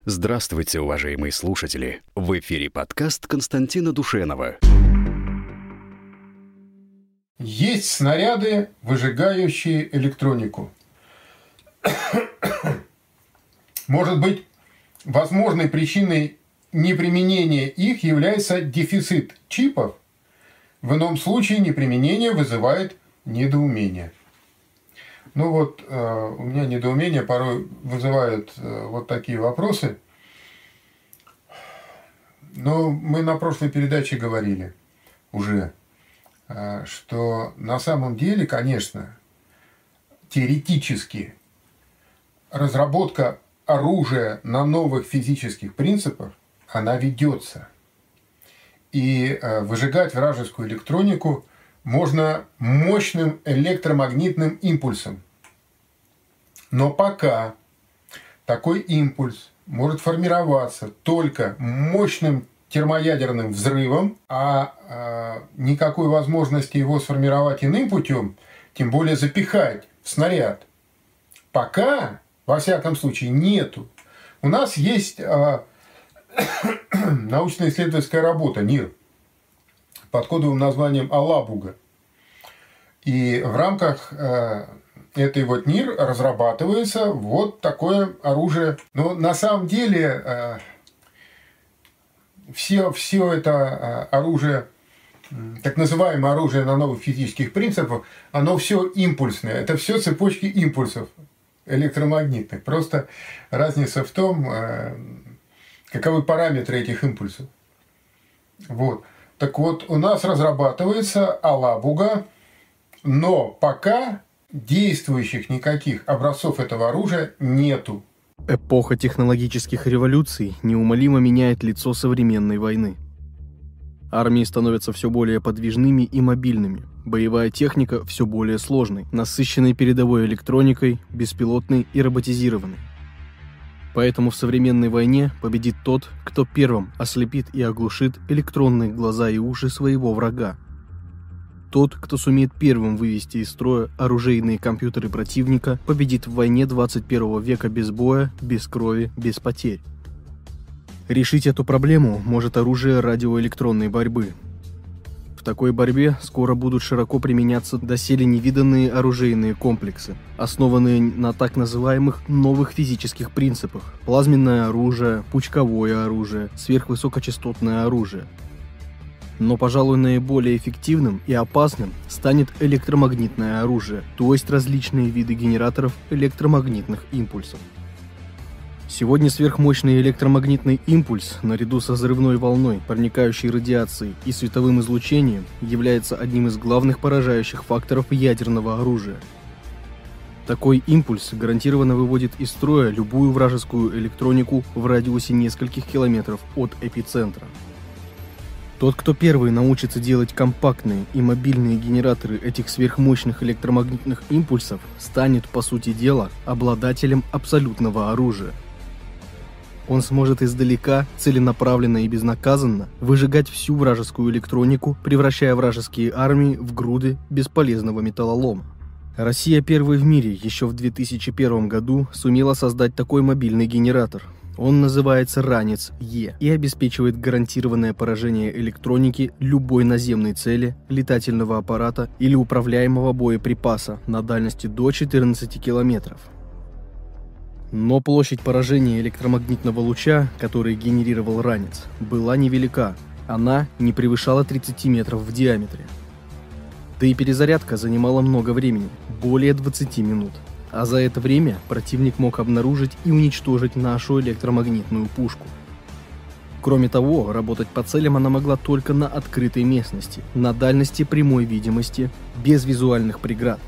Здравствуйте, уважаемые слушатели! В эфире подкаст Константина Душенова. Есть снаряды, выжигающие электронику. Может быть, возможной причиной неприменения их является дефицит чипов. В ином случае неприменение вызывает недоумение. У меня недоумение порой вызывают вот такие вопросы. Но мы на прошлой передаче говорили уже, что на самом деле, конечно, теоретически разработка оружия на новых физических принципах, она ведется. И выжигать вражескую электронику можно мощным электромагнитным импульсом. Но пока такой импульс может формироваться только мощным термоядерным взрывом, а никакой возможности его сформировать иным путем, тем более запихать в снаряд, пока, во всяком случае, нету. У нас есть научно-исследовательская работа НИР под кодовым названием «Алабуга». И в рамках этой вот НИР разрабатывается вот такое оружие. Но на самом деле все это оружие, так называемое оружие на новых физических принципах, оно все импульсное. Это все цепочки импульсов электромагнитных. Просто разница в том, каковы параметры этих импульсов. Вот. Так вот, у нас разрабатывается Алабуга, но пока действующих никаких образцов этого оружия нету. Эпоха технологических революций неумолимо меняет лицо современной войны. Армии становятся все более подвижными и мобильными, боевая техника все более сложной, насыщенной передовой электроникой, беспилотной и роботизированной. Поэтому в современной войне победит тот, кто первым ослепит и оглушит электронные глаза и уши своего врага. Тот, кто сумеет первым вывести из строя оружейные компьютеры противника, победит в войне 21 века без боя, без крови, без потерь. Решить эту проблему может оружие радиоэлектронной борьбы. В такой борьбе скоро будут широко применяться доселе невиданные оружейные комплексы, основанные на так называемых новых физических принципах: плазменное оружие, пучковое оружие, сверхвысокочастотное оружие. Но, пожалуй, наиболее эффективным и опасным станет электромагнитное оружие, то есть различные виды генераторов электромагнитных импульсов. Сегодня сверхмощный электромагнитный импульс, наряду со взрывной волной, проникающей радиацией и световым излучением, является одним из главных поражающих факторов ядерного оружия. Такой импульс гарантированно выводит из строя любую вражескую электронику в радиусе нескольких километров от эпицентра. Тот, кто первый научится делать компактные и мобильные генераторы этих сверхмощных электромагнитных импульсов, станет, по сути дела, обладателем абсолютного оружия. Он сможет издалека, целенаправленно и безнаказанно выжигать всю вражескую электронику, превращая вражеские армии в груды бесполезного металлолома. Россия первой в мире еще в 2001 году сумела создать такой мобильный генератор. Он называется «Ранец-Е» и обеспечивает гарантированное поражение электроники любой наземной цели, летательного аппарата или управляемого боеприпаса на дальности до 14 километров. Но площадь поражения электромагнитного луча, который генерировал «Ранец», была невелика. Она не превышала 30 метров в диаметре. Да и перезарядка занимала много времени, более 20 минут. А за это время противник мог обнаружить и уничтожить нашу электромагнитную пушку. Кроме того, работать по целям она могла только на открытой местности, на дальности прямой видимости, без визуальных преград.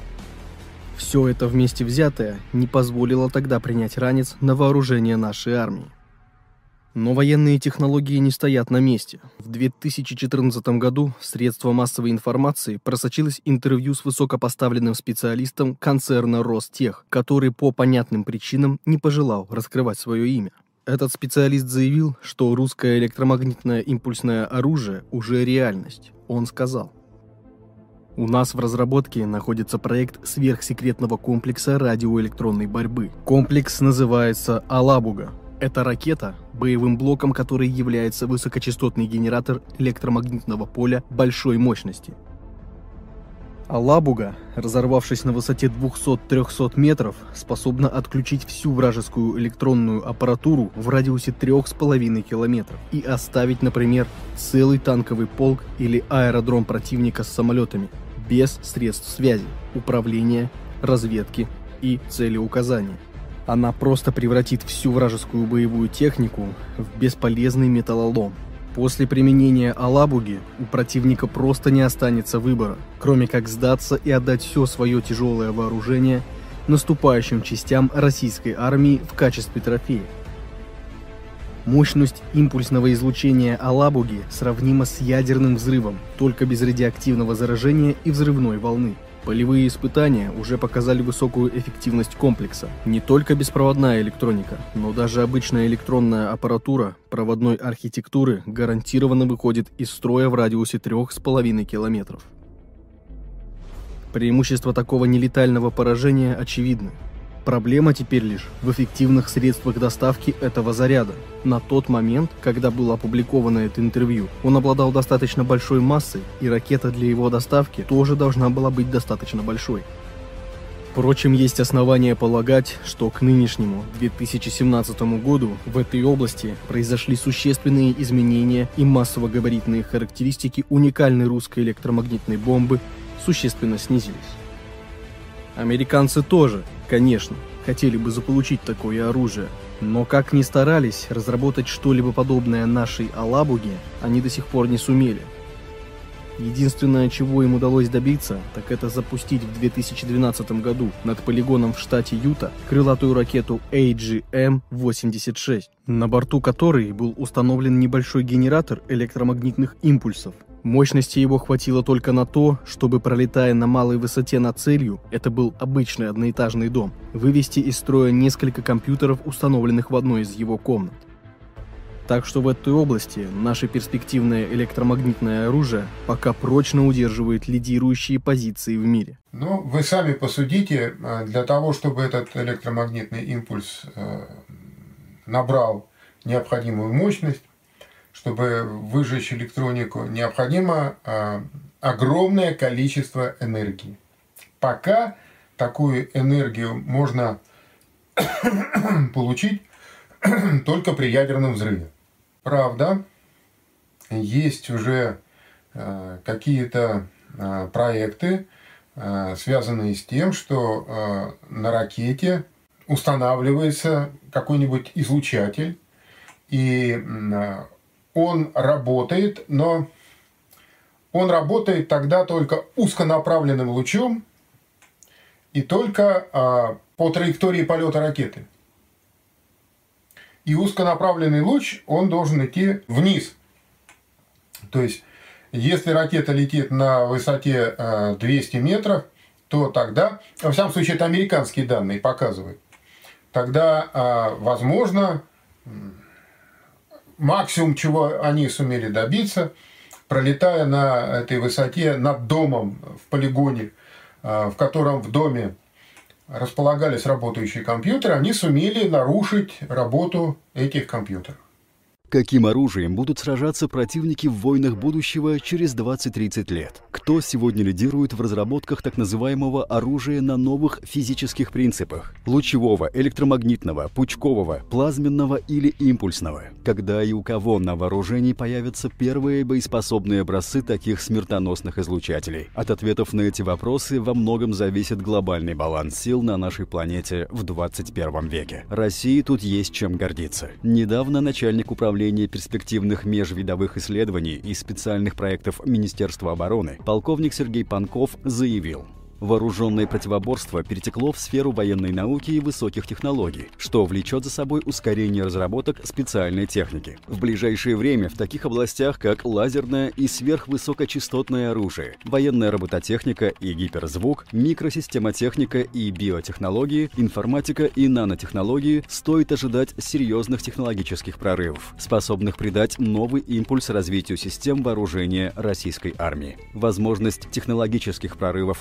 Все это вместе взятое не позволило тогда принять «Ранец» на вооружение нашей армии. Но военные технологии не стоят на месте. В 2014 году в средства массовой информации просочилось интервью с высокопоставленным специалистом концерна «Ростех», который по понятным причинам не пожелал раскрывать свое имя. Этот специалист заявил, что русское электромагнитное импульсное оружие уже реальность. Он сказал: У нас в разработке находится проект сверхсекретного комплекса радиоэлектронной борьбы. Комплекс называется «Алабуга». Эта ракета, боевым блоком которой является высокочастотный генератор электромагнитного поля большой мощности. Алабуга, разорвавшись на высоте 200-300 метров, способна отключить всю вражескую электронную аппаратуру в радиусе 3,5 километров и оставить, например, целый танковый полк или аэродром противника с самолетами без средств связи, управления, разведки и целеуказания. Она просто превратит всю вражескую боевую технику в бесполезный металлолом. После применения Алабуги у противника просто не останется выбора, кроме как сдаться и отдать все свое тяжелое вооружение наступающим частям российской армии в качестве трофея. Мощность импульсного излучения Алабуги сравнима с ядерным взрывом, только без радиоактивного заражения и взрывной волны. Полевые испытания уже показали высокую эффективность комплекса. Не только беспроводная электроника, но даже обычная электронная аппаратура проводной архитектуры гарантированно выходит из строя в радиусе 3,5 километров. Преимущество такого нелетального поражения очевидны. Проблема теперь лишь в эффективных средствах доставки этого заряда. На тот момент, когда было опубликовано это интервью, он обладал достаточно большой массой, и ракета для его доставки тоже должна была быть достаточно большой. Впрочем, есть основания полагать, что к нынешнему 2017 году в этой области произошли существенные изменения, и массово-габаритные характеристики уникальной русской электромагнитной бомбы существенно снизились. Американцы тоже, конечно, хотели бы заполучить такое оружие, но как ни старались разработать что-либо подобное нашей Алабуге, они до сих пор не сумели. Единственное, чего им удалось добиться, так это запустить в 2012 году над полигоном в штате Юта крылатую ракету AGM-86, на борту которой был установлен небольшой генератор электромагнитных импульсов. Мощности его хватило только на то, чтобы, пролетая на малой высоте над целью, это был обычный одноэтажный дом, вывести из строя несколько компьютеров, установленных в одной из его комнат. Так что в этой области наше перспективное электромагнитное оружие пока прочно удерживает лидирующие позиции в мире. Ну, вы сами посудите, для того, чтобы этот электромагнитный импульс набрал необходимую мощность, чтобы выжечь электронику, необходимо огромное количество энергии. Пока такую энергию можно получить только при ядерном взрыве. Правда, есть уже какие-то проекты, связанные с тем, что на ракете устанавливается какой-нибудь излучатель, и он работает, но он работает тогда только узконаправленным лучом и только по траектории полета ракеты. И узконаправленный луч, он должен идти вниз. То есть, если ракета летит на высоте 200 метров, то тогда, во всяком случае, это американские данные показывают, тогда, возможно, максимум, чего они сумели добиться, пролетая на этой высоте над домом в полигоне, в котором в доме располагались работающие компьютеры, они сумели нарушить работу этих компьютеров. Каким оружием будут сражаться противники в войнах будущего через 20-30 лет? Кто сегодня лидирует в разработках так называемого оружия на новых физических принципах? Лучевого, электромагнитного, пучкового, плазменного или импульсного? Когда и у кого на вооружении появятся первые боеспособные образцы таких смертоносных излучателей? От ответов на эти вопросы во многом зависит глобальный баланс сил на нашей планете в 21 веке. России тут есть чем гордиться. Недавно начальник управления перспективных межвидовых исследований и специальных проектов Министерства обороны полковник Сергей Панков заявил: вооруженное противоборство перетекло в сферу военной науки и высоких технологий, что влечет за собой ускорение разработок специальной техники. В ближайшее время в таких областях, как лазерное и сверхвысокочастотное оружие, военная робототехника и гиперзвук, микросистемотехника и биотехнологии, информатика и нанотехнологии, стоит ожидать серьезных технологических прорывов, способных придать новый импульс развитию систем вооружения российской армии. Возможность технологических прорывов Москвы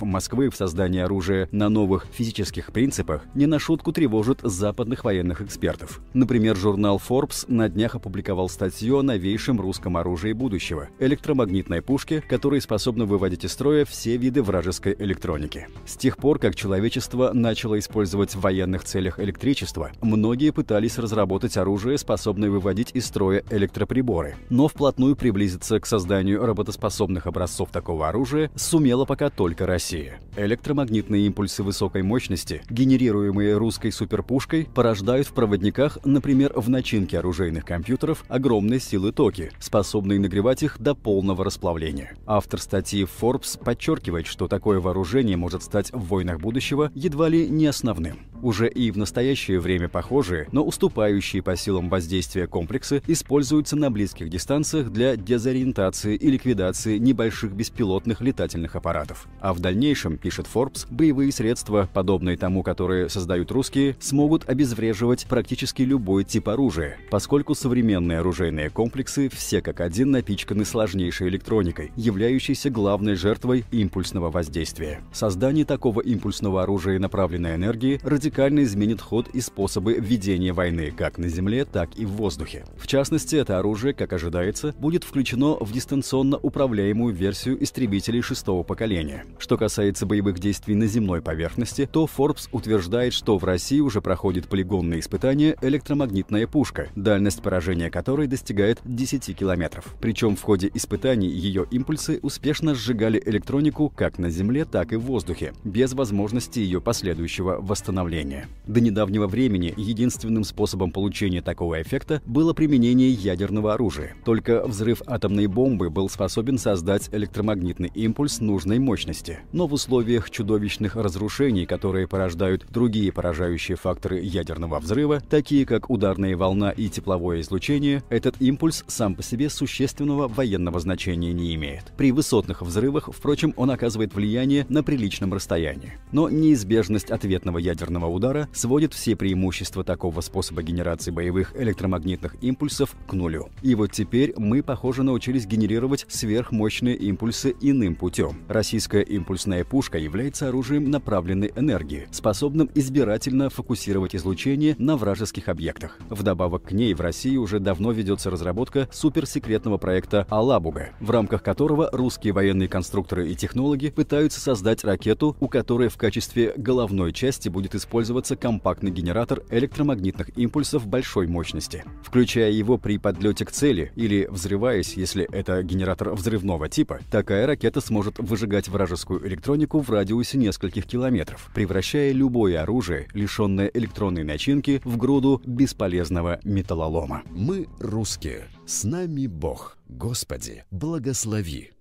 перспективы в создании оружия на новых физических принципах не на шутку тревожат западных военных экспертов. Например, журнал Forbes на днях опубликовал статью о новейшем русском оружии будущего – электромагнитной пушке, которая способна выводить из строя все виды вражеской электроники. С тех пор, как человечество начало использовать в военных целях электричество, многие пытались разработать оружие, способное выводить из строя электроприборы. Но вплотную приблизиться к созданию работоспособных образцов такого оружия сумела пока только Россия. Электромагнитные импульсы высокой мощности, генерируемые русской суперпушкой, порождают в проводниках, например, в начинке оружейных компьютеров, огромные силы токи, способные нагревать их до полного расплавления. Автор статьи Forbes подчеркивает, что такое вооружение может стать в войнах будущего едва ли не основным. Уже и в настоящее время похожие, но уступающие по силам воздействия комплексы используются на близких дистанциях для дезориентации и ликвидации небольших беспилотных летательных аппаратов. А в дальнейшем, пишет Forbes, боевые средства, подобные тому, которые создают русские, смогут обезвреживать практически любой тип оружия, поскольку современные оружейные комплексы все как один напичканы сложнейшей электроникой, являющейся главной жертвой импульсного воздействия. Создание такого импульсного оружия направленной энергии радикально изменит ход и способы ведения войны как на земле, так и в воздухе. В частности, это оружие, как ожидается, будет включено в дистанционно управляемую версию истребителей 6-го поколения. Что касается боевых действий на земной поверхности, то Forbes утверждает, что в России уже проходит полигонные испытания электромагнитная пушка, дальность поражения которой достигает 10 километров. Причем в ходе испытаний ее импульсы успешно сжигали электронику как на земле, так и в воздухе, без возможности ее последующего восстановления. До недавнего времени единственным способом получения такого эффекта было применение ядерного оружия. Только взрыв атомной бомбы был способен создать электромагнитный импульс нужной мощности. Но в условиях чудовищных разрушений, которые порождают другие поражающие факторы ядерного взрыва, такие как ударная волна и тепловое излучение, этот импульс сам по себе существенного военного значения не имеет. При высотных взрывах, впрочем, он оказывает влияние на приличном расстоянии. Но неизбежность ответного ядерного удара сводит все преимущества такого способа генерации боевых электромагнитных импульсов к нулю. И вот теперь мы, похоже, научились генерировать сверхмощные импульсы иным путем. Российская импульсная пушка является оружием направленной энергии, способным избирательно фокусировать излучение на вражеских объектах. Вдобавок к ней в России уже давно ведется разработка суперсекретного проекта «Алабуга», в рамках которого русские военные конструкторы и технологи пытаются создать ракету, у которой в качестве головной части будет использоваться компактный генератор электромагнитных импульсов большой мощности. Включая его при подлете к цели или взрываясь, если это генератор взрывного типа, такая ракета сможет выжигать вражескую электронику в радиусе нескольких километров, превращая любое оружие, лишенное электронной начинки, в груду бесполезного металлолома. Мы русские, с нами Бог. Господи, благослови.